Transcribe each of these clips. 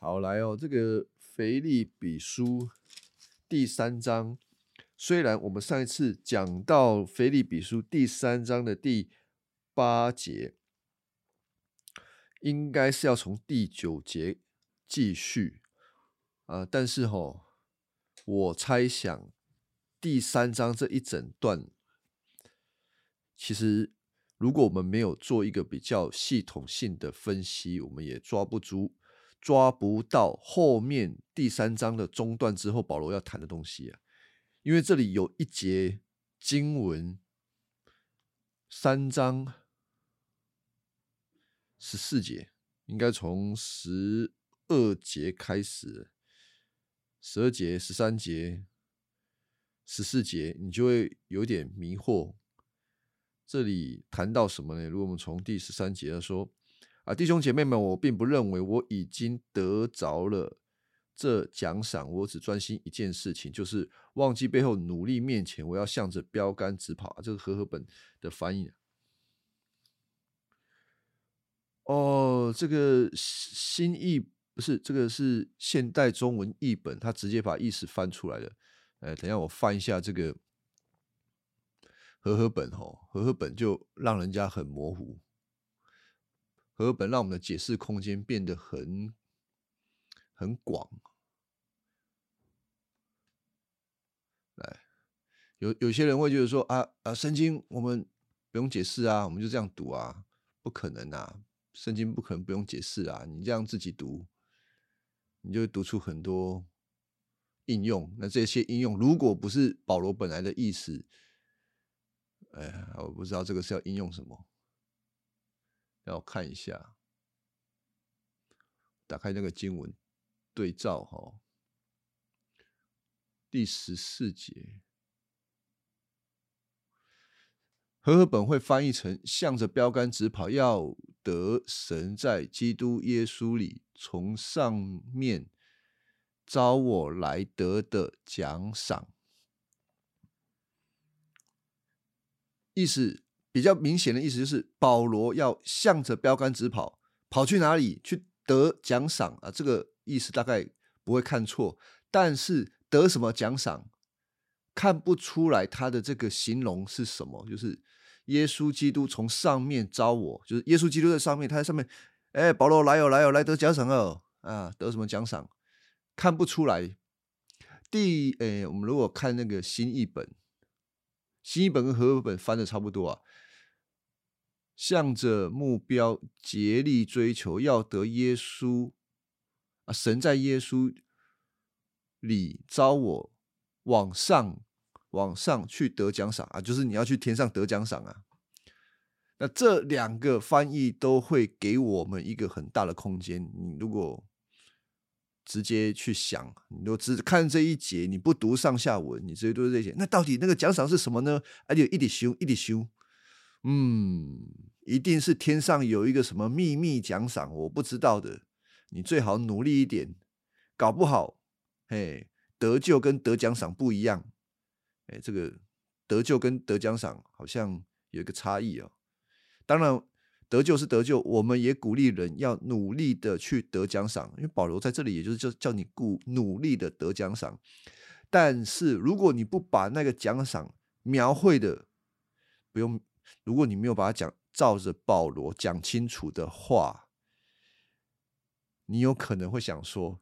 好，来哦，这个腓立比书第3章，虽然我们上一次讲到腓立比书第3章的第8节，应该是要从第9节继续但是我猜想第3章这一整段，其实如果我们没有做一个比较系统性的分析，我们也抓不到后面第3章的中段之后保罗要谈的东西啊。因为这里有一节经文，3章14节，应该从12节开始，12节、13节、14节，你就会有点迷惑。这里谈到什么呢？如果我们从第13节说弟兄姐妹们，我并不认为我已经得着了这奖赏，我只专心一件事情，就是忘记背后，努力面前，我要向着标杆直跑这个和合本的翻译这个新译不是，这个是现代中文译本，他直接把意思翻出来的。等一下我翻一下这个和合本和合本就让人家很模糊，和合本让我们的解释空间变得很广。来，有些人会觉得说圣经我们不用解释我们就这样读不可能圣经不可能不用解释你这样自己读，你就会读出很多应用。那这些应用如果不是保罗本来的意思，我不知道这个是要应用什么。让我看一下，打开那个经文对照第14节。和合本会翻译成向着标杆直跑，要得神在基督耶稣里从上面招我来得的奖赏。意思比较明显的意思就是保罗要向着标杆直跑，跑去哪里？去得奖赏这个意思大概不会看错。但是得什么奖赏看不出来，他的这个形容是什么，就是耶稣基督从上面招我，就是耶稣基督在上面，他在上面保罗来来得奖赏了得什么奖赏看不出来。我们如果看那个新译本跟和合本翻的差不多向着目标竭力追求，要得耶稣神在耶稣里招我往上去得奖赏就是你要去天上得奖赏那这两个翻译都会给我们一个很大的空间。你如果直接去想，你如果只看这一节，你不读上下文，你直接读这一节，那到底那个奖赏是什么呢？就一直修一定是天上有一个什么秘密奖赏，我不知道的，你最好努力一点，搞不好得救跟得奖赏不一样。这个得救跟得奖赏好像有一个差异当然得救是得救，我们也鼓励人要努力的去得奖赏，因为保罗在这里也就是叫你努力的得奖赏。但是如果你不把那个奖赏描绘的如果你没有把它照着保罗讲清楚的话，你有可能会想说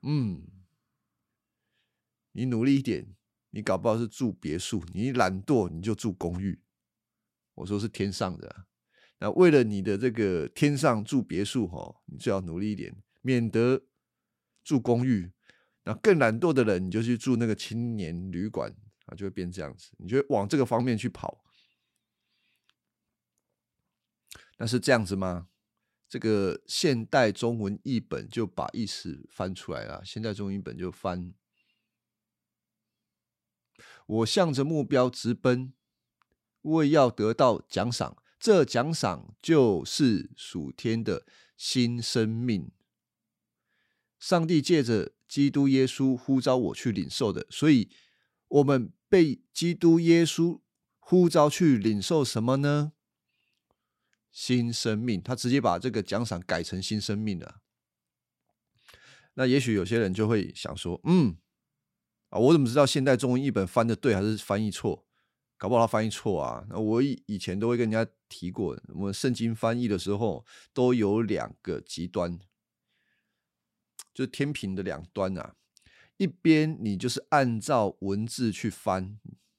你努力一点，你搞不好是住别墅，你懒惰你就住公寓。我说是天上的那为了你的这个天上住别墅你最好努力一点，免得住公寓。那更懒惰的人，你就去住那个青年旅馆就会变这样子，你就会往这个方面去跑。那是这样子吗？这个现代中文译本就把意思翻出来了。现代中文译本就翻：我向着目标直奔，为要得到奖赏，这奖赏就是属天的新生命。上帝借着基督耶稣呼召我去领受的，所以我们被基督耶稣呼召去领受什么呢？新生命。他直接把这个奖赏改成新生命了。 那也许有些人就会想说，我怎么知道现代中文译本翻的对还是翻译错？搞不好他翻译错啊。那我以前都会跟人家提过，我们圣经翻译的时候都有两个极端，就是天平的两端啊。一边你就是按照文字去翻，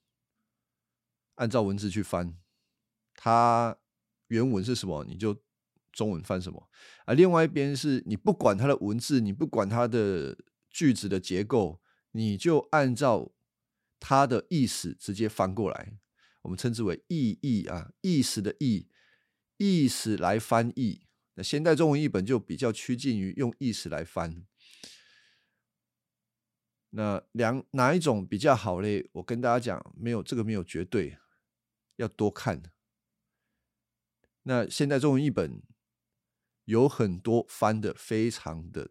它原文是什么，你就中文翻什么啊。另外一边是你不管它的文字，你不管它的句子的结构，你就按照它的意思直接翻过来，我们称之为意译啊，意思的意思来翻译。那现代中文译本就比较趋近于用意思来翻。那哪一种比较好嘞？我跟大家讲，这个没有绝对，要多看。那现代中文译本有很多翻的非常的，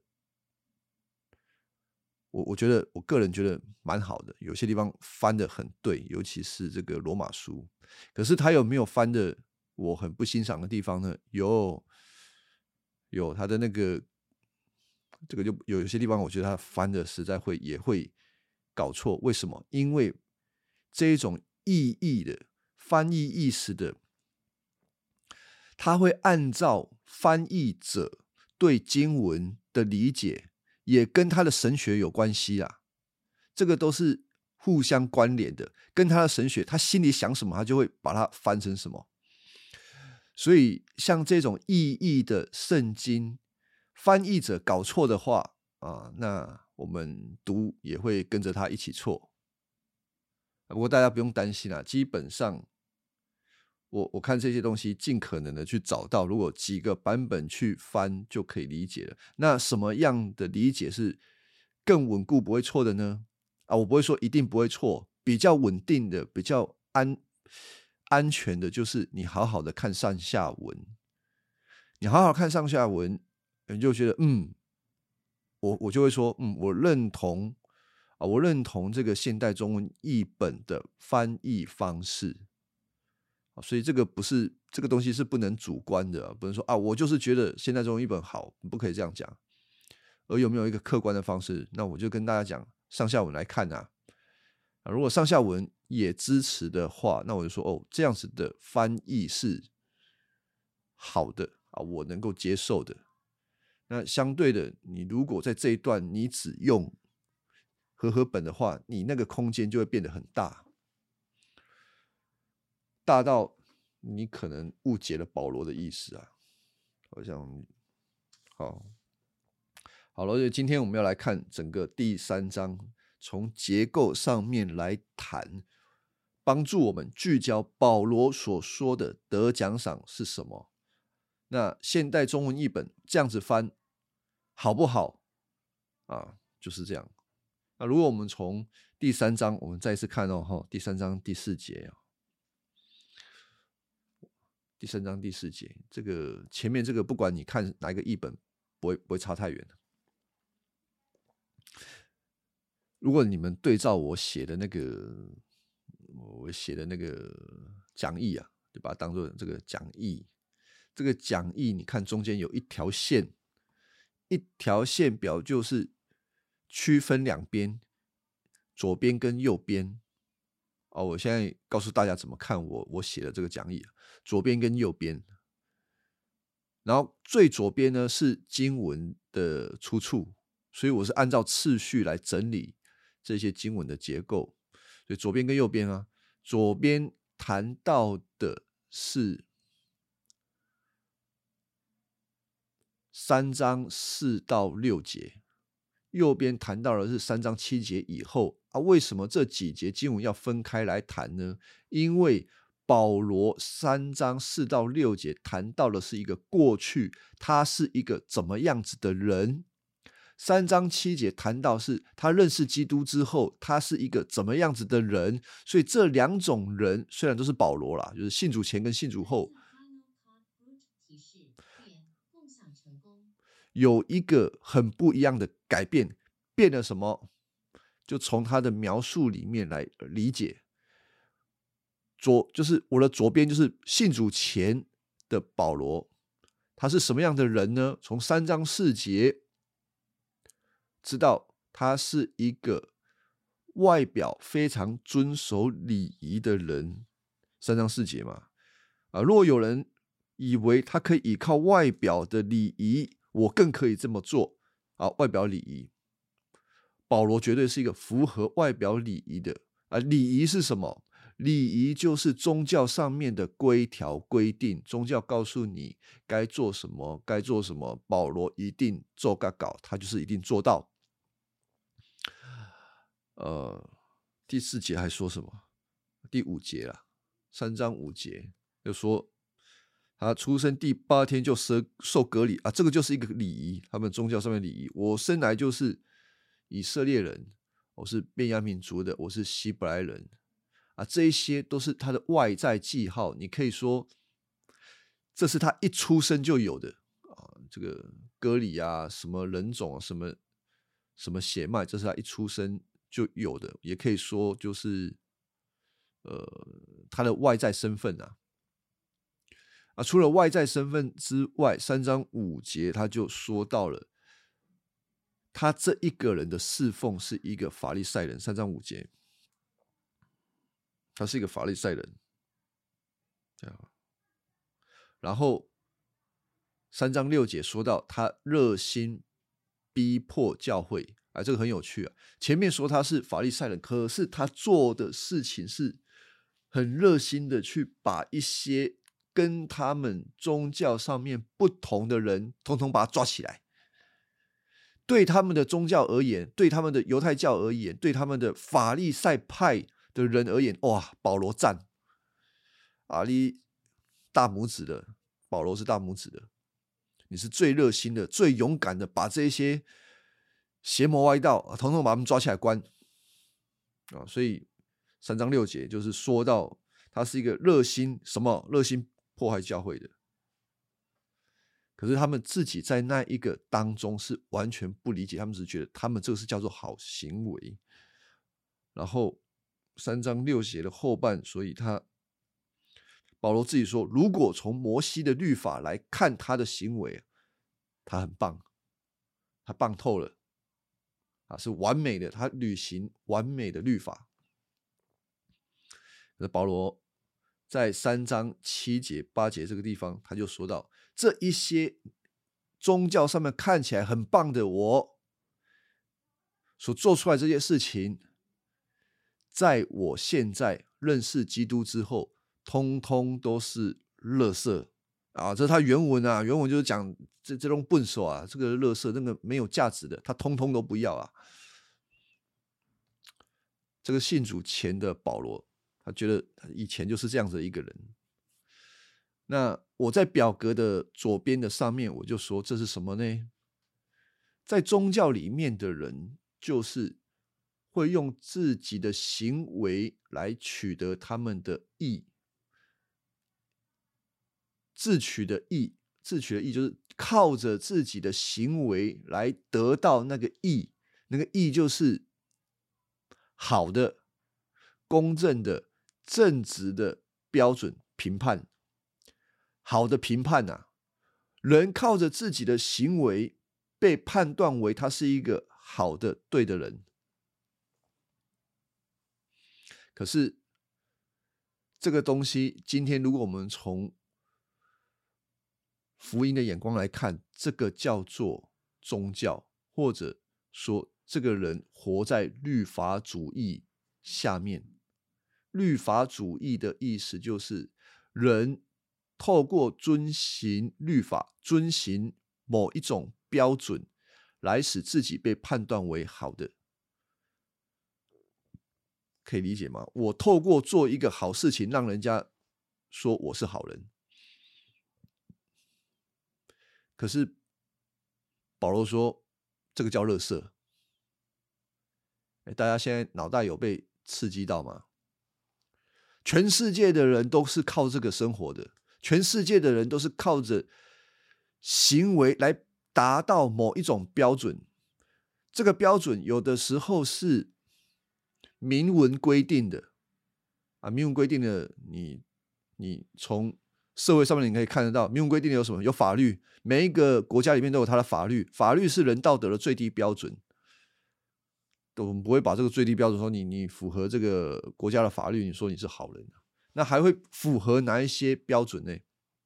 我觉得我个人觉得蛮好的，有些地方翻的很对，尤其是这个罗马书。可是他有没有翻的我很不欣赏的地方呢？有他的那个这个就有些地方，我觉得他翻的实在也会搞错。为什么？因为这一种意译的翻译意思的，他会按照翻译者对经文的理解，也跟他的神学有关系啦。这个都是互相关联的，跟他的神学，他心里想什么，他就会把它翻成什么。所以像这种意译的圣经，翻译者搞错的话啊，那我们读也会跟着他一起错。不过大家不用担心啦，基本上我看这些东西尽可能的去找到，如果几个版本去翻就可以理解了。那什么样的理解是更稳固不会错的呢？我不会说一定不会错，比较稳定的，比较安全的就是你好好的看上下文。你好好看上下文，你就觉得我就会说我认同这个现代中文译本的翻译方式。所以这个东西是不能主观的，不能说我就是觉得现代中文译本好，不可以这样讲。而有没有一个客观的方式？那我就跟大家讲上下文来看啊。如果上下文也支持的话，那我就说这样子的翻译是好的我能够接受的。那相对的，你如果在这一段你只用和本的话，你那个空间就会变得很大，大到你可能误解了保罗的意思啊。好像好了，今天我们要来看整个第3章，从结构上面来谈，帮助我们聚焦保罗所说的得奖赏是什么。那现代中文译本这样子翻好不好就是这样。那如果我们从第3章我们再一次看第3章第4节第3章第4节，这个前面这个不管你看哪一个译本不会差太远。如果你们对照我写的那个讲义就把它当作这个讲义。这个讲义你看中间有一条线表就是区分两边，左边跟右边。我现在告诉大家怎么看我写的这个讲义，左边跟右边。然后最左边呢是经文的出处，所以我是按照次序来整理这些经文的结构。所以左边跟右边左边谈到的是3章4到6节，右边谈到的是3章7节以后为什么这几节经文要分开来谈呢？因为保罗3章4到6节谈到的是一个过去，他是一个怎么样子的人。3章7节谈到是他认识基督之后，他是一个怎么样子的人。所以这两种人虽然都是保罗啦，就是信主前跟信主后，有一个很不一样的改变。变了什么？就从他的描述里面来理解。就是我的左边就是信主前的保罗，他是什么样的人呢？从3章4节知道他是一个外表非常遵守礼仪的人，3章4节嘛。若有人以为他可以依靠外表的礼仪，我更可以这么做外表礼仪，保罗绝对是一个符合外表礼仪的礼仪是什么？礼仪就是宗教上面的规条规定，宗教告诉你该做什么，该做什么，保罗一定做个搞，他就是一定做到。第4节还说什么？第5节啦，3章5节就说他出生第8天就受割礼这个就是一个礼仪，他们宗教上面的礼仪。我生来就是以色列人，我是便雅悯族的，我是希伯来人这一些都是他的外在记号，你可以说这是他一出生就有的这个割礼什么人种什么血脉，这是他一出生就有的，也可以说就是他的外在身份除了外在身份之外，3章5节他就说到了他这一个人的侍奉是一个法利赛人。3章5节他是一个法利赛人，然后3章6节说到他热心逼迫教会这个很有趣前面说他是法利赛人，可是他做的事情是很热心的去把一些跟他们宗教上面不同的人统统把他抓起来。对他们的宗教而言，对他们的犹太教而言，对他们的法利赛派的人而言，哇，保罗赞你大拇指的，保罗是大拇指的，你是最热心的，最勇敢的，把这些邪魔歪道统统把他们抓起来关所以3章6节就是说到他是一个热心迫害教会的。可是他们自己在那一个当中是完全不理解，他们只觉得他们这个是叫做好行为。然后3章6节的后半，所以保罗自己说，如果从摩西的律法来看他的行为，他很棒，他棒透了是完美的，他履行完美的律法。可是保罗在3章7节8节这个地方，他就说到这一些宗教上面看起来很棒的我所做出来这些事情，在我现在认识基督之后，通通都是垃圾这是他原文原文就是讲这种笨手这个垃圾，那个没有价值的，他通通都不要这个信主前的保罗，他觉得以前就是这样子的一个人。那我在表格的左边的上面，我就说这是什么呢？在宗教里面的人，就是会用自己的行为来取得他们的义。自取的义就是靠着自己的行为来得到那个义，那个义就是好的、公正的、正直的标准评判。好的评判人靠着自己的行为被判断为他是一个好的对的人。可是这个东西今天如果我们从福音的眼光来看，这个叫做宗教，或者说这个人活在律法主义下面。律法主义的意思就是人透过遵行律法，遵行某一种标准，来使自己被判断为好的。可以理解吗？我透过做一个好事情，让人家说我是好人。可是保罗说这个叫垃圾。大家现在脑袋有被刺激到吗？全世界的人都是靠这个生活的，全世界的人都是靠着行为来达到某一种标准。这个标准有的时候是明文规定的明文规定的，你从社会上面你可以看得到，明文规定的有什么？有法律，每一个国家里面都有它的法律，法律是人道德的最低标准。 我们不会把这个最低标准说你符合这个国家的法律，你说你是好人，那还会符合哪一些标准呢？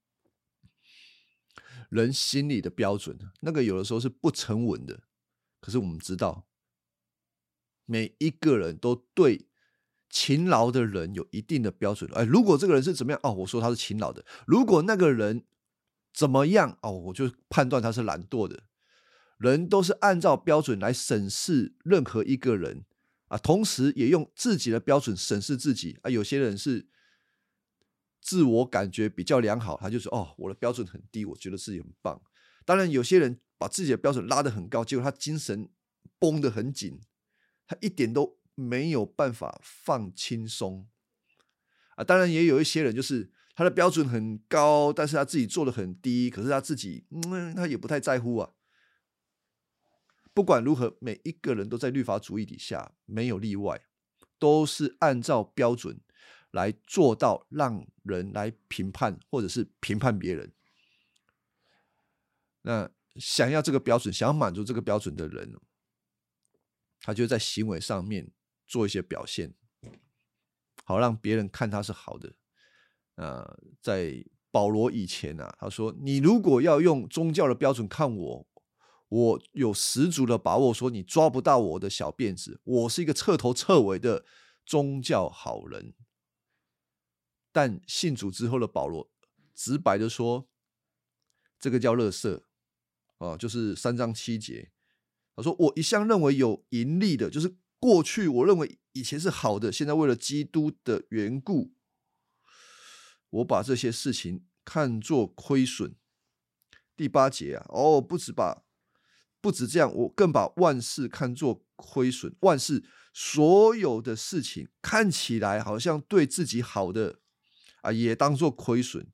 人心里的标准，那个有的时候是不成文的，可是我们知道，每一个人都对勤劳的人有一定的标准。如果这个人是怎么样，我说他是勤劳的；如果那个人怎么样，我就判断他是懒惰的。人都是按照标准来审视任何一个人同时也用自己的标准审视自己有些人是自我感觉比较良好，他就说我的标准很低，我觉得自己很棒。当然有些人把自己的标准拉得很高，结果他精神绷得很紧，他一点都没有办法放轻松当然也有一些人就是他的标准很高，但是他自己做得很低，可是他自己他也不太在乎不管如何，每一个人都在律法主义底下，没有例外，都是按照标准来做到让人来评判，或者是评判别人。那想要这个标准，想要满足这个标准的人，他就在行为上面做一些表现，好让别人看他是好的。在保罗以前他说：“你如果要用宗教的标准看我，我有十足的把握说你抓不到我的小辫子，我是一个彻头彻尾的宗教好人。”但信主之后的保罗直白的说，这个叫垃圾就是3章7节，他说：“我一向认为有盈利的，就是过去我认为以前是好的，现在为了基督的缘故，我把这些事情看作亏损。”第8节不止这样，我更把万事看作亏损。万事所有的事情看起来好像对自己好的也当作亏损。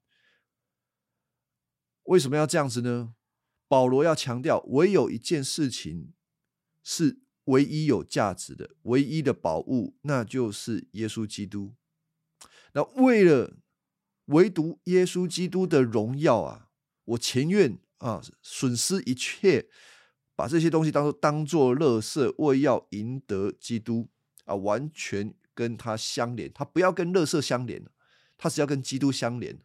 为什么要这样子呢？保罗要强调，唯有一件事情是唯一有价值的，唯一的宝物，那就是耶稣基督。那为了唯独耶稣基督的荣耀我情愿损失一切，把这些东西当作垃圾，为要赢得基督完全跟他相连。他不要跟垃圾相连，他只要跟基督相连。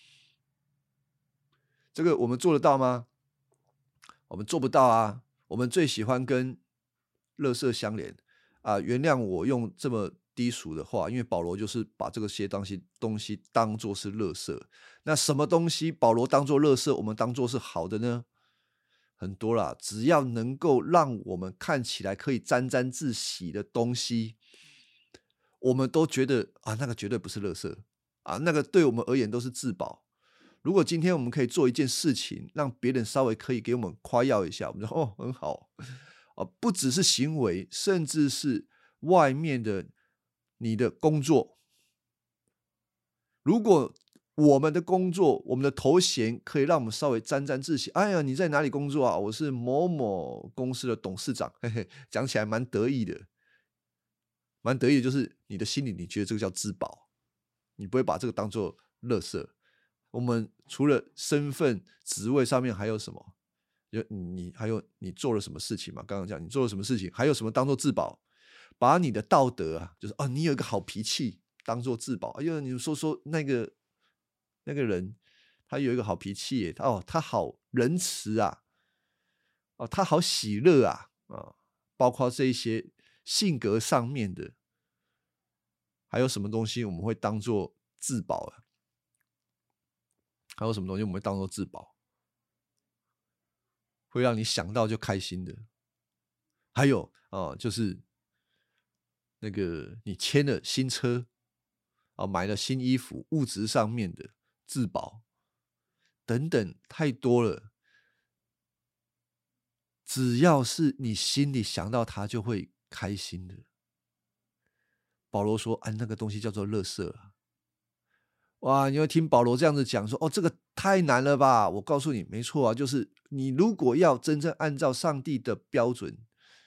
这个我们做得到吗？我们做不到我们最喜欢跟垃圾相连原谅我用这么低俗的话，因为保罗就是把这些东西当作是垃圾。那什么东西保罗当作垃圾，我们当作是好的呢？很多啦，只要能够让我们看起来可以沾沾自喜的东西，我们都觉得那个绝对不是垃圾那个对我们而言都是至宝。如果今天我们可以做一件事情，让别人稍微可以给我们夸耀一下，我们说很好不只是行为，甚至是外面的你的工作。如果我们的工作，我们的头衔可以让我们稍微沾沾自喜，哎呀，你在哪里工作我是某某公司的董事长，嘿嘿，讲起来蛮得意的。蛮得意的就是你的心里你觉得这个叫至宝，你不会把这个当作垃圾。我们除了身份职位上面还有什么？还有你做了什么事情嘛？刚刚讲你做了什么事情，还有什么当做至宝？把你的道德就是你有一个好脾气当做至宝。你说那个人他有一个好脾气耶，他好仁慈他好喜乐包括这一些性格上面的，还有什么东西我们会当做至宝还有什么东西我们会当作至宝，会让你想到就开心的？还有就是那个你签了新车买了新衣服，物质上面的至宝等等，太多了。只要是你心里想到它，就会开心的。保罗说那个东西叫做垃圾哇，你会听保罗这样子讲说这个太难了吧？我告诉你没错就是你如果要真正按照上帝的标准，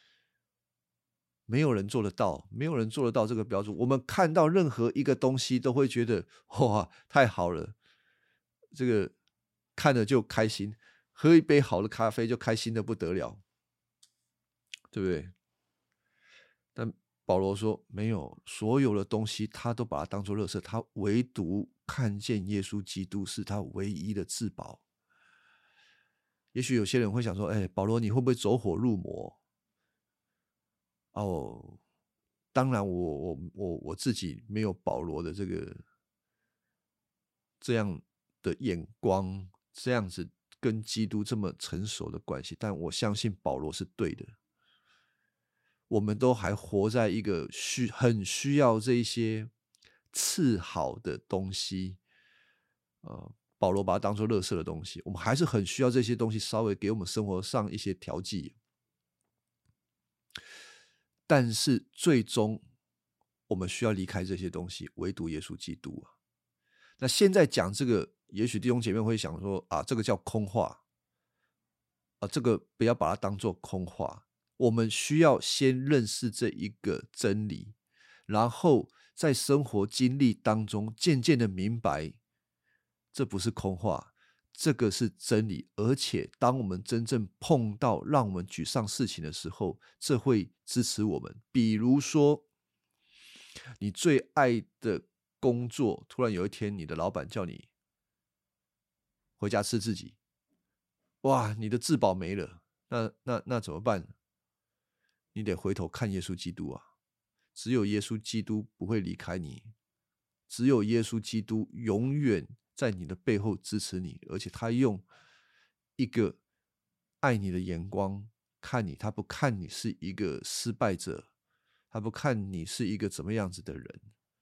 没有人做得到，没有人做得到这个标准。我们看到任何一个东西都会觉得哇太好了，这个看了就开心，喝一杯好的咖啡就开心的不得了，对不对？ 但保罗说没有，所有的东西他都把它当作垃圾，他唯独看见耶稣基督是他唯一的至宝。也许有些人会想说，保罗你会不会走火入魔？哦，当然我自己没有保罗的这样的眼光，这样子跟基督这么成熟的关系，但我相信保罗是对的。我们都还活在一个很需要这一些次好的东西，保罗把它当作垃圾的东西，我们还是很需要这些东西稍微给我们生活上一些调剂。但是最终我们需要离开这些东西，唯独耶稣基督啊。那现在讲这个，也许弟兄姐妹会想说啊，这个叫空话啊，这个不要把它当作空话。我们需要先认识这一个真理，然后在生活经历当中渐渐的明白，这不是空话，这个是真理。而且当我们真正碰到让我们沮丧事情的时候，这会支持我们。比如说你最爱的工作，突然有一天你的老板叫你回家吃自己，哇，你的至宝没了，那怎么办？你得回头看耶稣基督啊！只有耶稣基督不会离开你，只有耶稣基督永远在你的背后支持你，而且他用一个爱你的眼光看你，他不看你是一个失败者，他不看你是一个怎么样子的人。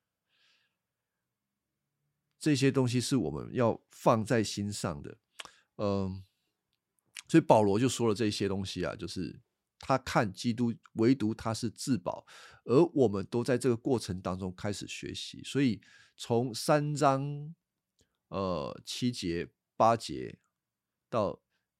这些东西是我们要放在心上的。所以保罗就说了这些东西啊，就是他看基督唯独他是至宝，而我们都在这个过程当中开始学习。所以从3章7节8节到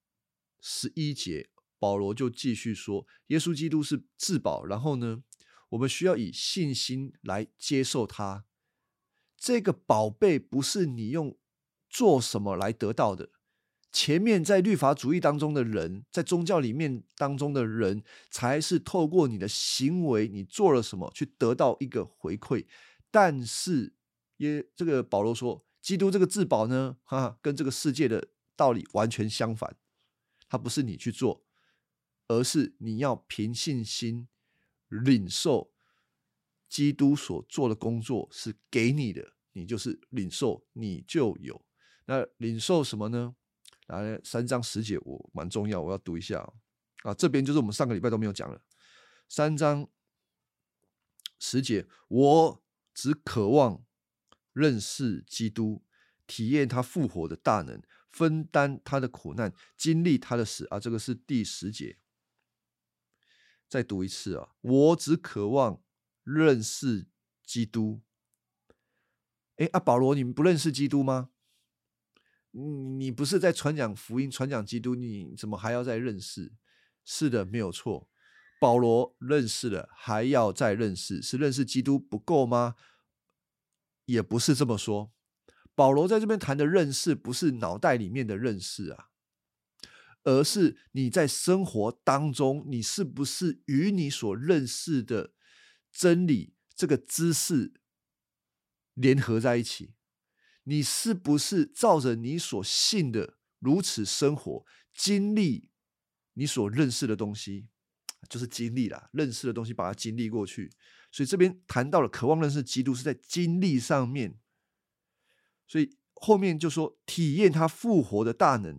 11节，保罗就继续说耶稣基督是至宝，然后呢我们需要以信心来接受他。这个宝贝不是你用做什么来得到的，前面在律法主义当中的人，在宗教里面当中的人，才是透过你的行为，你做了什么去得到一个回馈。但是这个保罗说，基督这个至宝呢，跟这个世界的道理完全相反。它不是你去做，而是你要凭信心领受基督所做的工作是给你的，你就是领受，你就有。那领受什么呢？3章10节我蛮重要，我要读一下这边就是我们上个礼拜都没有讲了。3章10节，我只渴望认识基督，体验他复活的大能，分担他的苦难，经历他的死这个是第10节。再读一次我只渴望认识基督。保罗，你们不认识基督吗？你不是在传讲福音、传讲基督，你怎么还要再认识？是的，没有错。保罗认识了，还要再认识，是认识基督不够吗？也不是这么说。保罗在这边谈的认识，不是脑袋里面的认识而是你在生活当中，你是不是与你所认识的真理这个知识联合在一起？你是不是照着你所信的如此生活，经历你所认识的东西，就是经历啦，认识的东西把它经历过去。所以这边谈到了渴望认识基督是在经历上面，所以后面就说体验他复活的大能。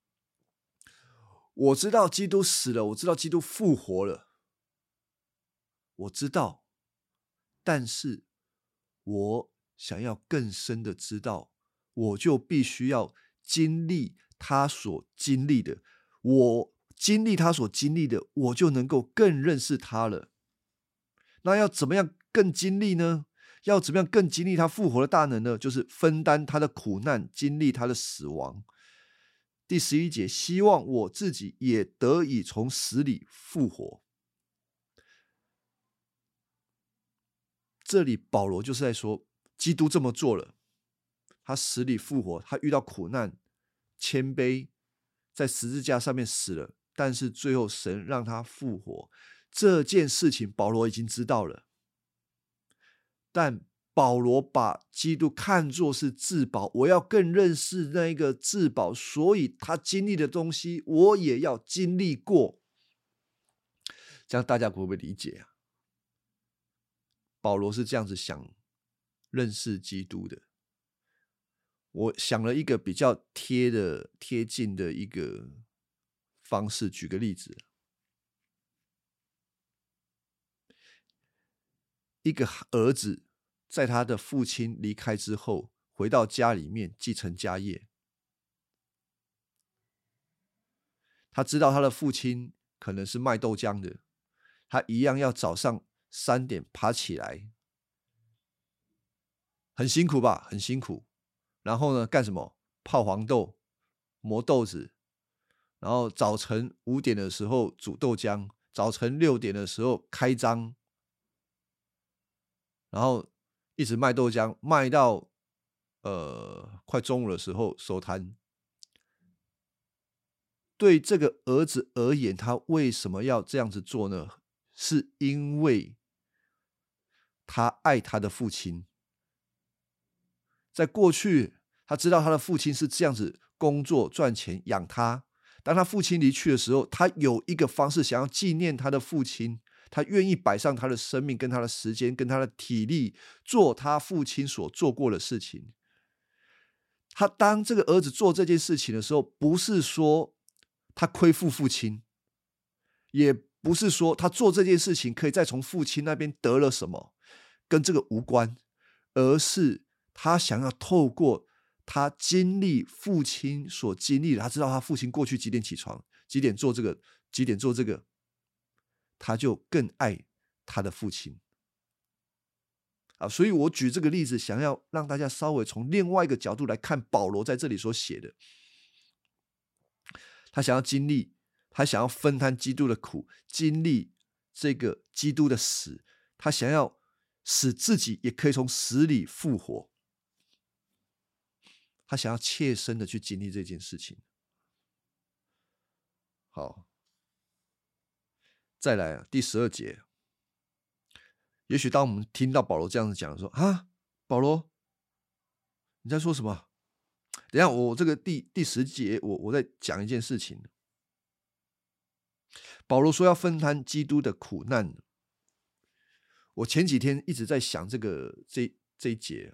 我知道基督死了，我知道基督复活了，我知道，但是我想要更深的知道，我就必须要经历他所经历的。我经历他所经历的，我就能够更认识他了。那要怎么样更经历呢？要怎么样更经历他复活的大能呢？就是分担他的苦难，经历他的死亡。第11节，希望我自己也得以从死里复活。这里保罗就是在说，基督这么做了，他死里复活，他遇到苦难，谦卑，在十字架上面死了， 但是最后神让他复活。这件事情保罗已经知道了，但保罗把基督看作是至宝，我要更认识那一个至宝，所以他经历的东西我也要经历过。这样大家会不会理解啊？保罗是这样子想认识基督的。我想了一个比较贴近的一个方式，举个例子，一个儿子在他的父亲离开之后，回到家里面继承家业。他知道他的父亲可能是卖豆浆的，他一样要早上3点爬起来，很辛苦吧？很辛苦。然后呢，干什么？泡黄豆，磨豆子，然后早晨5点的时候煮豆浆，早晨6点的时候开张，然后一直卖豆浆，卖到快中午的时候收摊。对这个儿子而言，他为什么要这样子做呢？是因为他爱他的父亲。在过去，他知道他的父亲是这样子工作赚钱养他。当他父亲离去的时候，他有一个方式想要纪念他的父亲，他愿意摆上他的生命、跟他的时间、跟他的体力，做他父亲所做过的事情。他当这个儿子做这件事情的时候，不是说他亏负父亲，也不是说他做这件事情可以再从父亲那边得了什么，跟这个无关，而是他想要透过他经历父亲所经历的，他知道他父亲过去几点起床，几点做这个，几点做这个，他就更爱他的父亲。所以我举这个例子，想要让大家稍微从另外一个角度来看保罗在这里所写的。他想要经历，他想要分摊基督的苦，经历这个基督的死，他想要使自己也可以从死里复活。他想要切身的去经历这件事情。好，再来第12节。也许当我们听到保罗这样子讲说啊，保罗你在说什么？等一下，我这个第10节我在讲一件事情。保罗说要分摊基督的苦难。我前几天一直在想这一节。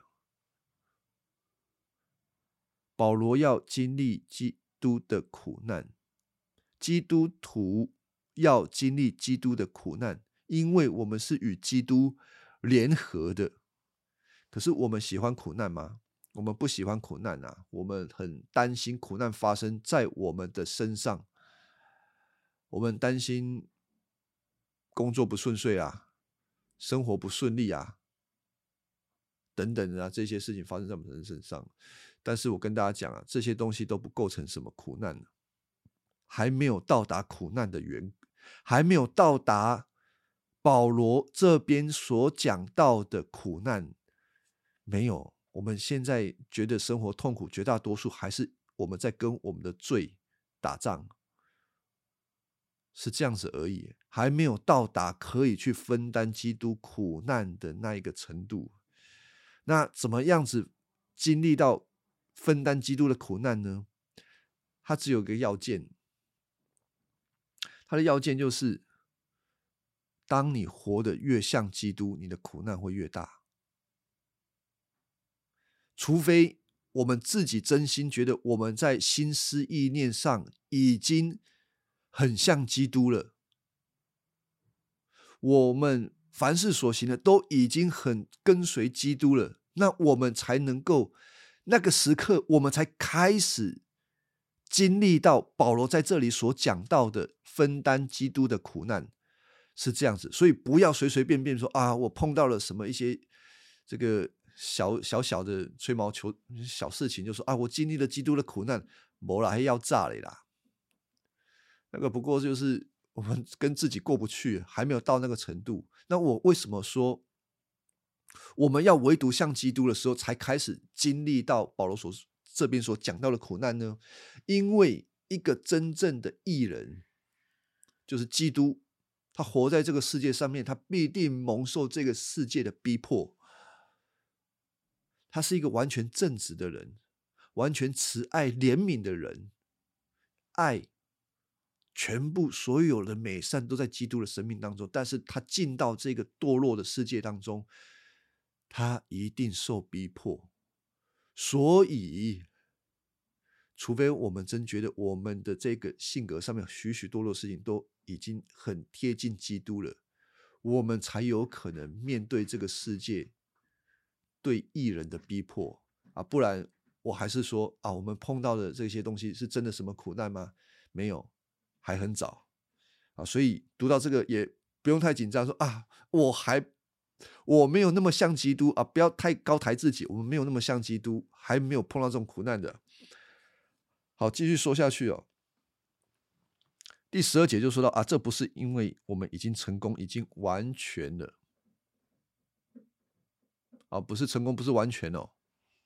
保罗要经历基督的苦难，基督徒要经历基督的苦难，因为我们是与基督联合的。可是我们喜欢苦难吗？我们不喜欢苦难啊，我们很担心苦难发生在我们的身上。我们担心工作不顺遂啊，生活不顺利啊，等等啊，这些事情发生在我们人身上。但是我跟大家讲啊，这些东西都不构成什么苦难，还没有到达苦难的还没有到达保罗这边所讲到的苦难。没有，我们现在觉得生活痛苦，绝大多数还是我们在跟我们的罪打仗，是这样子而已，还没有到达可以去分担基督苦难的那一个程度。那怎么样子经历到分担基督的苦难呢？它只有一个要件，它的要件就是当你活得越像基督，你的苦难会越大。除非我们自己真心觉得我们在心思意念上已经很像基督了，我们凡事所行的都已经很跟随基督了，那我们才能够那个时刻，我们才开始经历到保罗在这里所讲到的分担基督的苦难，是这样子。所以不要随随便便说啊，我碰到了什么一些这个小的吹毛求小事情，就说啊，我经历了基督的苦难，没啦，还要炸嘞啦。那个不过就是我们跟自己过不去，还没有到那个程度。那我为什么说我们要唯独像基督的时候，才开始经历到保罗这边所讲到的苦难呢？因为一个真正的义人， 就是基督，他活在这个世界上面，他必定蒙受这个世界的逼迫。他是一个完全正直的人，完全慈爱怜悯的人，爱全部所有的美善都在基督的生命当中，但是他进到这个堕落的世界当中，他一定受逼迫。所以除非我们真觉得我们的这个性格上面许许多多事情都已经很贴近基督了，我们才有可能面对这个世界对义人的逼迫啊！不然我还是说啊，我们碰到的这些东西是真的什么苦难吗？没有，还很早啊！所以读到这个也不用太紧张，说啊，我没有那么像基督啊，不要太高抬自己，我们没有那么像基督，还没有碰到这种苦难的。好，继续说下去哦。第12节就说到啊，这不是因为我们已经成功，已经完全了啊，不是成功，不是完全哦，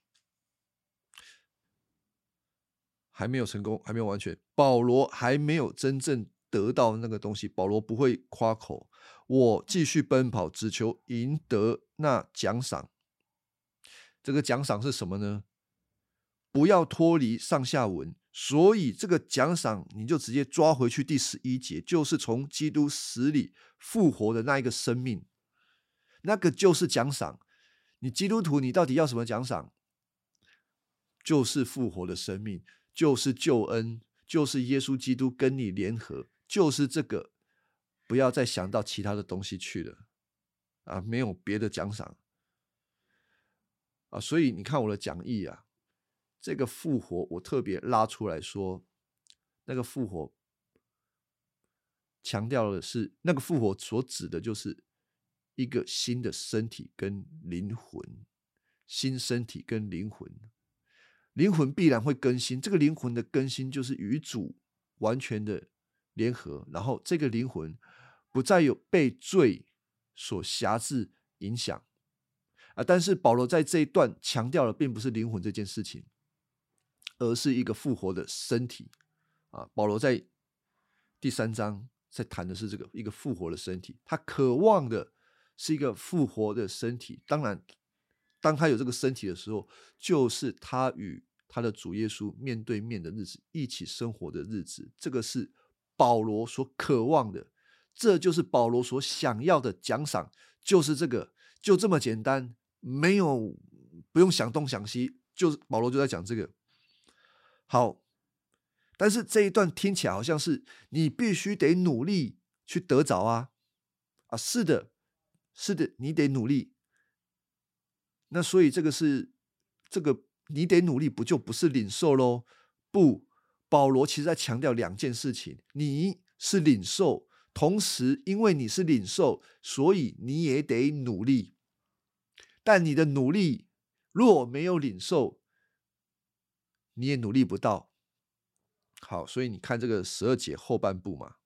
还没有成功，还没有完全。保罗还没有真正得到那个东西，保罗不会夸口，我继续奔跑，只求赢得那奖赏。这个奖赏是什么呢？不要脱离上下文。所以这个奖赏你就直接抓回去第11节，就是从基督死里复活的那一个生命，那个就是奖赏。你基督徒你到底要什么奖赏？就是复活的生命，就是救恩，就是耶稣基督跟你联合，就是这个，不要再想到其他的东西去了啊，没有别的奖赏啊。所以你看我的讲义啊，这个复活我特别拉出来说，那个复活强调的是，那个复活所指的就是一个新的身体跟灵魂，新身体跟灵魂，灵魂必然会更新，这个灵魂的更新就是与主完全的联合，然后这个灵魂不再有被罪所辖制影响啊。但是保罗在这一段强调的并不是灵魂这件事情，而是一个复活的身体啊。保罗在第3章在谈的是这个一个复活的身体，他渴望的是一个复活的身体。当然，当他有这个身体的时候，就是他与他的主耶稣面对面的日子，一起生活的日子。这个是保罗所渴望的，这就是保罗所想要的奖赏，就是这个，就这么简单，没有不用想东想西，就是保罗就在讲这个。好，但是这一段听起来好像是你必须得努力去得着啊！啊，是的，是的，你得努力。那所以这个你得努力，不就不是领受咯？不，保罗其实在强调2件事情：你是领受，同时因为你是领受，所以你也得努力。但你的努力若没有领受，你也努力不到。好，所以你看这个12节后半部嘛，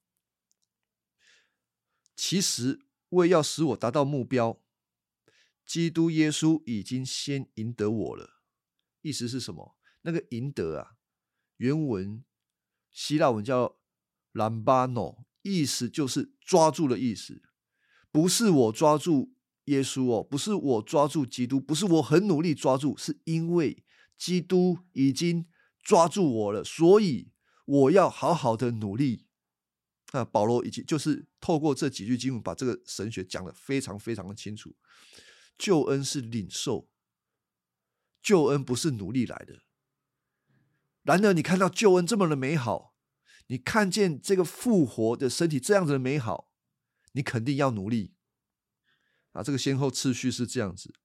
其实为要使我达到目标，基督耶稣已经先赢得我了。意思是什么？那个赢得啊，原文希腊文叫 lambano， 意思就是抓住的意思。不是我抓住耶稣哦，不是我抓住基督，不是我很努力抓住，是因为基督已经抓住我了，所以我要好好的努力啊。保罗已经就是透过这几句经文把这个神学讲得非常非常的清楚。救恩是领受，救恩不是努力来的。然而你看到救恩这么的美好，你看见这个复活的身体这样子的美好，你肯定要努力啊。这个先后次序是这样子。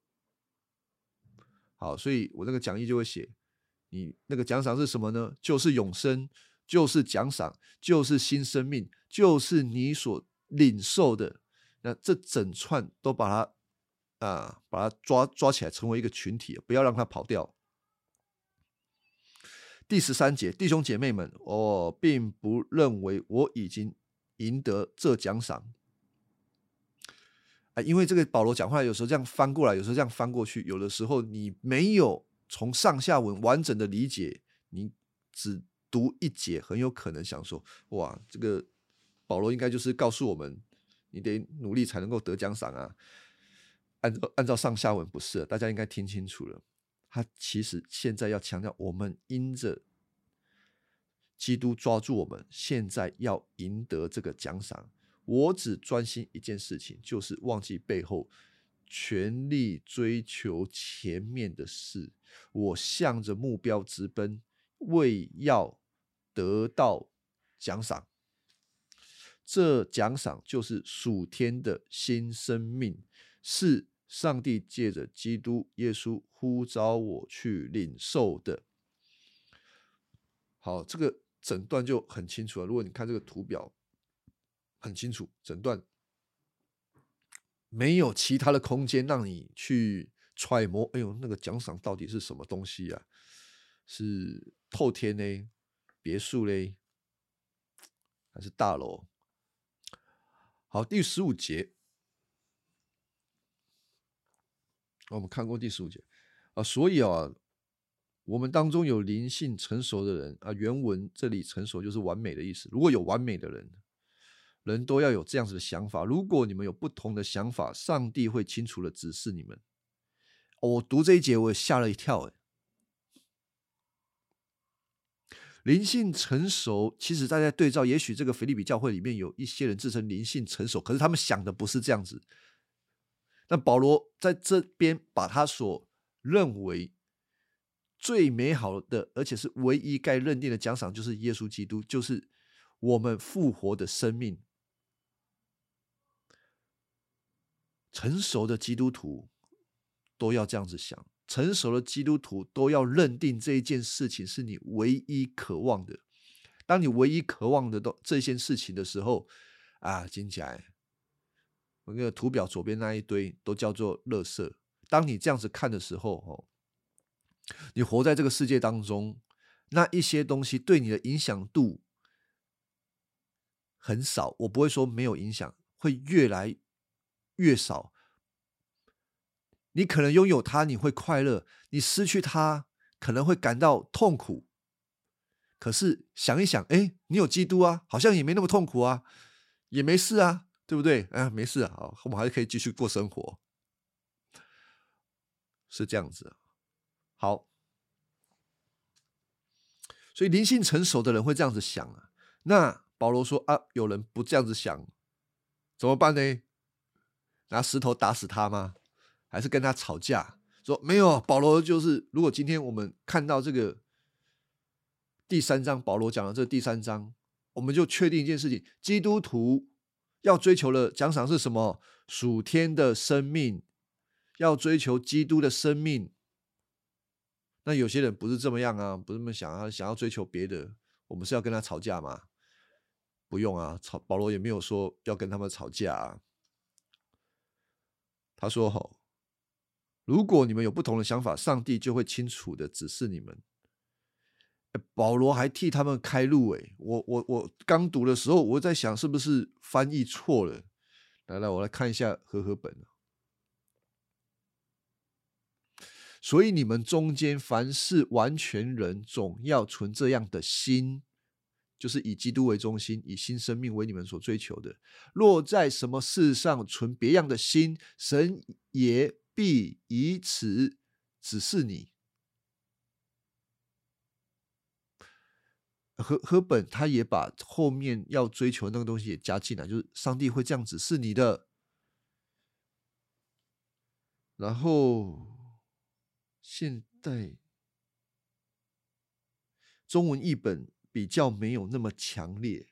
好，所以我那个讲义就会写，你那个奖赏是什么呢？就是永生，就是奖赏，就是新生命，就是你所领受的。那这整串都把它抓起来，成为一个群体，不要让它跑掉。第13节，弟兄姐妹们，我并不认为我已经赢得这奖赏。因为这个保罗讲话有时候这样翻过来，有时候这样翻过去，有的时候你没有从上下文完整的理解，你只读1节，很有可能想说，哇，这个保罗应该就是告诉我们，你得努力才能够得奖赏啊。按照上下文不是，大家应该听清楚了。他其实现在要强调，我们因着基督抓住我们，现在要赢得这个奖赏。我只专心一件事情，就是忘记背后，全力追求前面的事。我向着目标直奔，为要得到奖赏。这奖赏就是属天的新生命，是上帝借着基督耶稣呼召我去领受的。好，这个整段就很清楚了。如果你看这个图表，很清楚，整段没有其他的空间让你去揣摩。哎呦，那个奖赏到底是什么东西啊？是透天呢？别墅嘞？还是大楼？好，第15节，我们看过第15节啊，所以啊，我们当中有灵性成熟的人啊，原文这里成熟就是完美的意思。如果有完美的人，人都要有这样子的想法。如果你们有不同的想法，上帝会清楚的指示你们。我读这一节我也吓了一跳。灵性成熟，其实大家对照，也许这个腓立比教会里面有一些人自称灵性成熟，可是他们想的不是这样子。那保罗在这边把他所认为最美好的，而且是唯一该认定的奖赏，就是耶稣基督，就是我们复活的生命。成熟的基督徒都要这样子想，成熟的基督徒都要认定这一件事情是你唯一渴望的。当你唯一渴望的这件事情的时候啊，听起来我那个图表左边那一堆都叫做垃圾。当你这样子看的时候，你活在这个世界当中，那一些东西对你的影响度很少，我不会说没有影响，会越来越少。你可能拥有它，你会快乐；你失去它，可能会感到痛苦。可是想一想，你有基督啊，好像也没那么痛苦啊，也没事啊，对不对？没事啊，我们还可以继续过生活，是这样子。好，所以灵性成熟的人会这样子想啊。那保罗说啊，有人不这样子想，怎么办呢？拿石头打死他吗？还是跟他吵架？说没有，保罗就是，如果今天我们看到这个第3章，保罗讲的这第3章，我们就确定一件事情：基督徒要追求的奖赏是什么？属天的生命，要追求基督的生命。那有些人不是这么样啊，不是这么想啊，想要追求别的，我们是要跟他吵架吗？不用啊，保罗也没有说要跟他们吵架啊。他说如果你们有不同的想法，上帝就会清楚的指示你们。保罗还替他们开路。我刚读的时候，我在想是不是翻译错了。来，我来看一下和本。所以你们中间凡是完全人，总要存这样的心，就是以基督为中心，以新生命为你们所追求的。若在什么事上存别样的心，神也必以此指示你。和本他也把后面要追求那个东西也加进来，就是上帝会这样指示你的。然后现代中文译本比较没有那么强烈，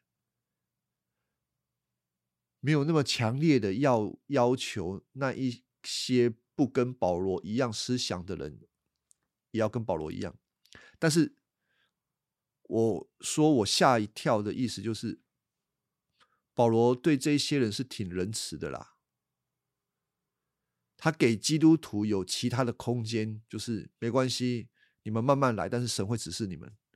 没有那么强烈的要求那一些不跟保罗一样思想的人也要跟保罗一样。但是我说我吓一跳的意思就是，保罗对这些人是挺仁慈的啦。他给基督徒有其他的空间，就是没关系，你们慢慢来，但是神会指示你们。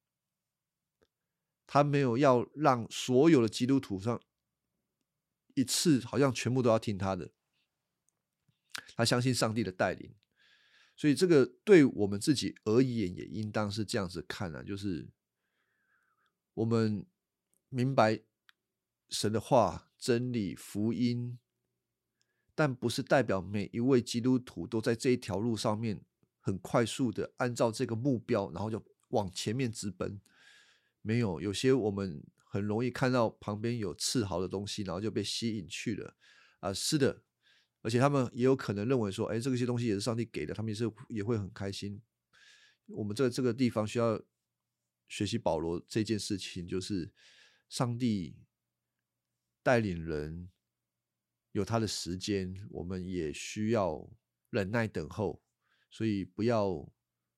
他没有要让所有的基督徒上一次好像全部都要听他的，他相信上帝的带领。所以这个对我们自己而言也应当是这样子看啊，就是我们明白神的话、真理、福音，但不是代表每一位基督徒都在这一条路上面很快速的按照这个目标，然后就往前面直奔。没有，有些我们很容易看到旁边有刺毫的东西，然后就被吸引去了。是的，而且他们也有可能认为说，哎，这些东西也是上帝给的，他们也会很开心。我们这个地方需要学习保罗这件事情，就是上帝带领人有他的时间，我们也需要忍耐等候，所以不要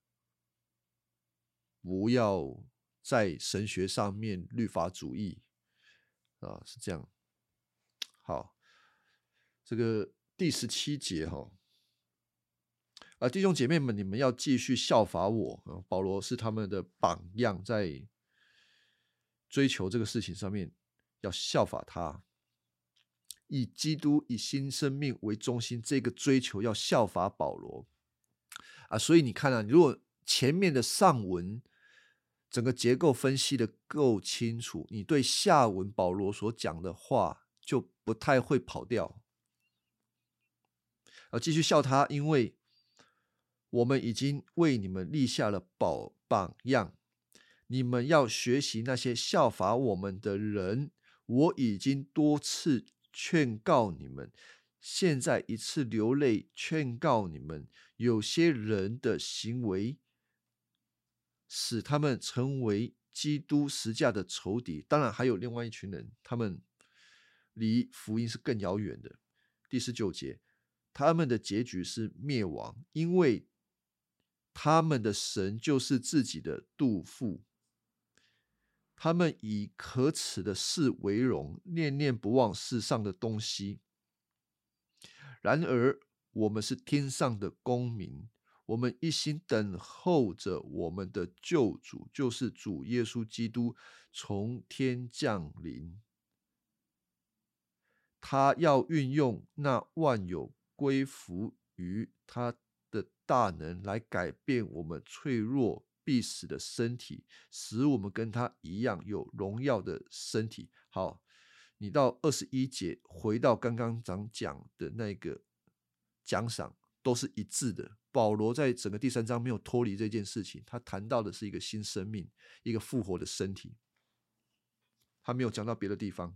在神学上面律法主义是这样。好，这个第17节弟兄姐妹们，你们要继续效法我。保罗是他们的榜样，在追求这个事情上面要效法他，以基督以新生命为中心，这个追求要效法保罗所以你看如果前面的上文整个结构分析的够清楚，你对下文保罗所讲的话就不太会跑掉。继续效他，因为我们已经为你们立下了榜样，你们要学习那些效法我们的人。我已经多次劝告你们，现在一次流泪劝告你们，有些人的行为使他们成为基督十架的仇敌。当然还有另外一群人，他们离福音是更遥远的。第19节，他们的结局是灭亡，因为他们的神就是自己的肚腹，他们以可耻的事为荣，念念不忘世上的东西。然而我们是天上的公民，我们一心等候着我们的救主，就是主耶稣基督从天降临。他要运用那万有归服于他的大能，来改变我们脆弱必死的身体，使我们跟他一样有荣耀的身体。好，你到21节回到刚刚讲的那个奖赏，都是一致的。保罗在整个第3章没有脱离这件事情，他谈到的是一个新生命，一个复活的身体，他没有讲到别的地方。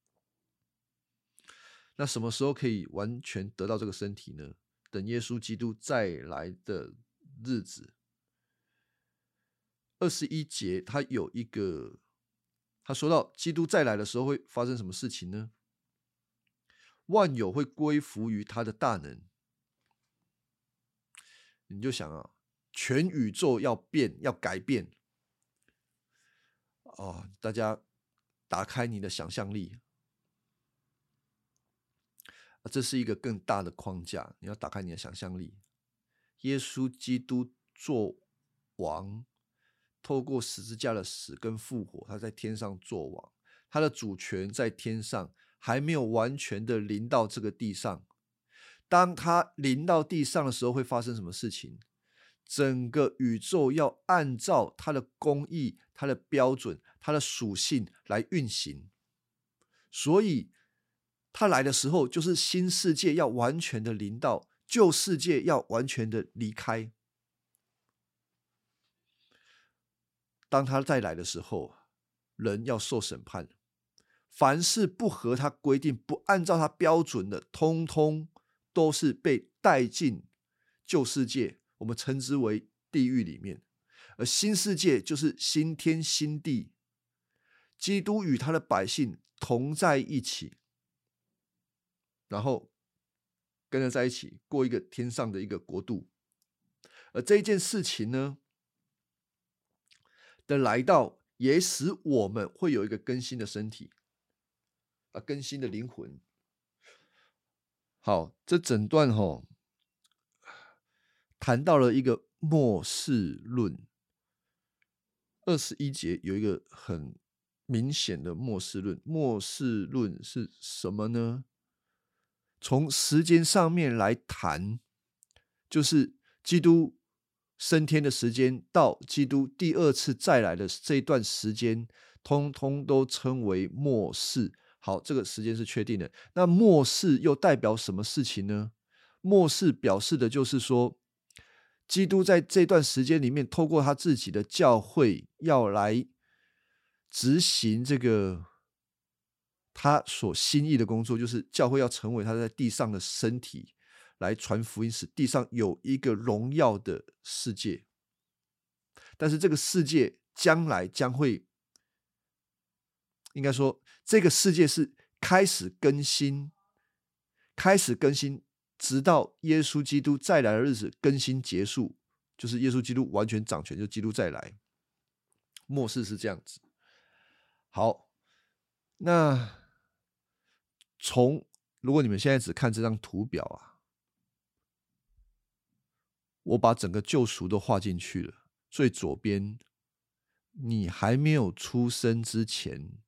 那什么时候可以完全得到这个身体呢？等耶稣基督再来的日子。21节他有一个，他说到基督再来的时候会发生什么事情呢？万有会归服于他的大能。你就想全宇宙要变，要改变大家打开你的想象力。这是一个更大的框架，你要打开你的想象力。耶稣基督做王，透过十字架的死跟复活，他在天上做王，他的主权在天上，还没有完全的临到这个地上。当他临到地上的时候，会发生什么事情？整个宇宙要按照他的公义、他的标准、他的属性来运行。所以他来的时候，就是新世界要完全的临到，旧世界要完全的离开。当他再来的时候，人要受审判，凡是不合他规定、不按照他标准的，通通都是被带进旧世界，我们称之为地狱里面。而新世界就是新天新地，基督与他的百姓同在一起，然后跟着在一起过一个天上的一个国度。而这一件事情呢的来到，也使我们会有一个更新的身体更新的灵魂。好，这整段谈到了一个末世论。21节有一个很明显的末世论。末世论是什么呢？从时间上面来谈，就是基督升天的时间到基督第2次再来的这一段时间，通通都称为末世。 好，这个时间是确定的。那末世又代表什么事情呢？末世表示的就是说，基督在这段时间里面，透过他自己的教会，要来执行这个他所心意的工作，就是教会要成为他在地上的身体，来传福音，使地上有一个荣耀的世界。但是这个世界将来将会，应该说，这个世界是开始更新，直到耶稣基督再来的日子更新结束，就是耶稣基督完全掌权，就基督再来。末世是这样子。好，那如果你们现在只看这张图表啊，我把整个救赎都画进去了。最左边，你还没有出生之前，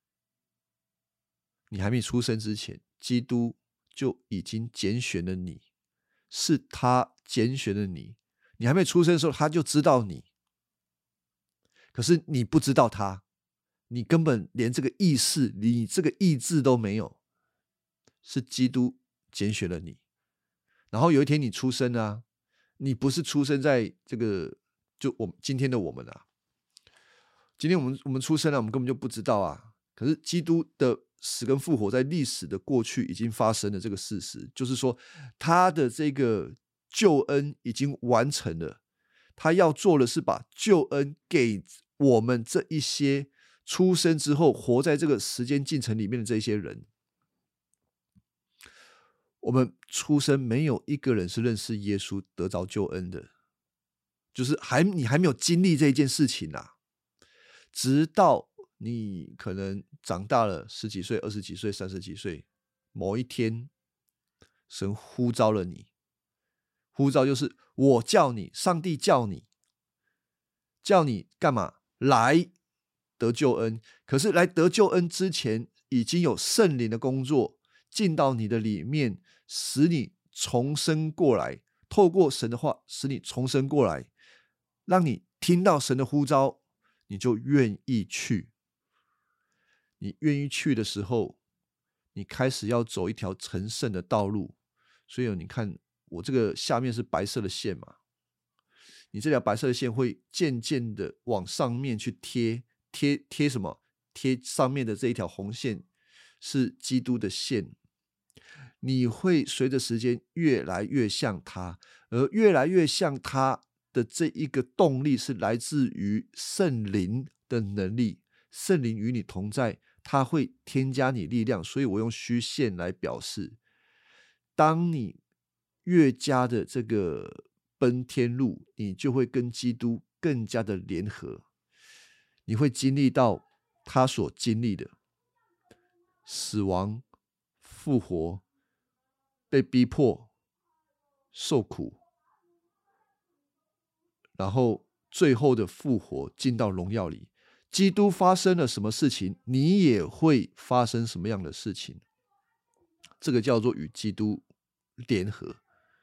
基督就已经拣选了你，是他拣选了你。你还没出生的时候，他就知道你，可是你不知道他，你根本连这个意识，你这个意志都没有，是基督拣选了你。然后有一天你出生啊，你不是出生在这个今天的我们啊，今天我们出生了，我们根本就不知道啊。可是基督的死跟复活在历史的过去已经发生了这个事实，就是说他的这个救恩已经完成了。他要做的是把救恩给我们这一些出生之后活在这个时间进程里面的这些人。我们出生没有一个人是认识耶稣得着救恩的，就是你还没有经历这一件事情啊。直到你可能长大了10几岁、20几岁、30几岁，某一天神呼召了你。呼召就是我叫你，上帝叫你干嘛？来得救恩。可是来得救恩之前，已经有圣灵的工作进到你的里面，使你重生过来，透过神的话使你重生过来，让你听到神的呼召，你就愿意去。你愿意去的时候，你开始要走一条成圣的道路。所以你看我这个下面是白色的线嘛，你这条白色的线会渐渐的往上面去贴什么？贴上面的这一条红线是基督的线。你会随着时间越来越像他，而越来越像他的这一个动力是来自于圣灵的能力。圣灵与你同在，他会添加你力量，所以我用虚线来表示。当你越加的这个奔天路，你就会跟基督更加的联合，你会经历到他所经历的死亡、复活、被逼迫、受苦，然后最后的复活，进到荣耀里。基督发生了什么事情，你也会发生什么样的事情。这个叫做与基督联合。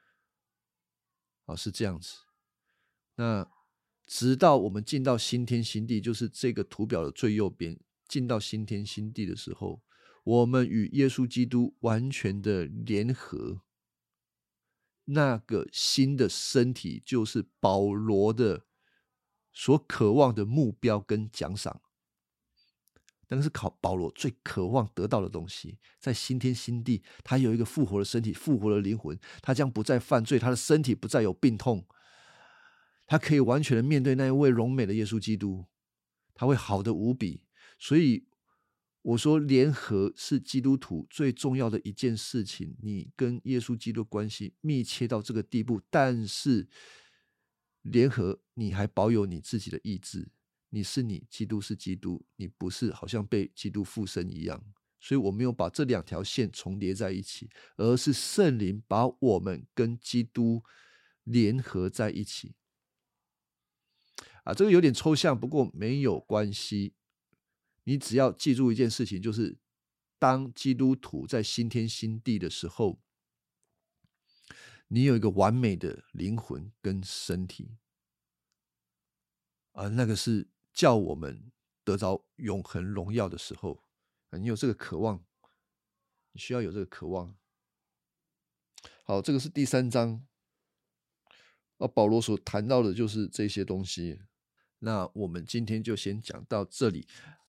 是这样子。那直到我们进到新天新地，就是这个图表的最右边，进到新天新地的时候，我们与耶稣基督完全的联合。那个新的身体就是保罗的所渴望的目标跟奖赏。那个是保罗最渴望得到的东西。在新天新地，他有一个复活的身体，复活的灵魂，他将不再犯罪，他的身体不再有病痛，他可以完全的面对那一位荣美的耶稣基督，他会好得无比。所以我说联合是基督徒最重要的一件事情，你跟耶稣基督关系密切到这个地步，但是联合你还保有你自己的意志，你是你，基督是基督，你不是好像被基督附身一样。所以我没有把这两条线重叠在一起，而是圣灵把我们跟基督联合在一起。这个有点抽象，不过没有关系。你只要记住一件事情，就是当基督徒在新天新地的时候，你有一个完美的灵魂跟身体。那个是叫我们得着永恒荣耀的时候， 你有这个渴望，你需要有这个渴望。好，这个是第3章，保罗所谈到的就是这些东西。那我们今天就先讲到这里。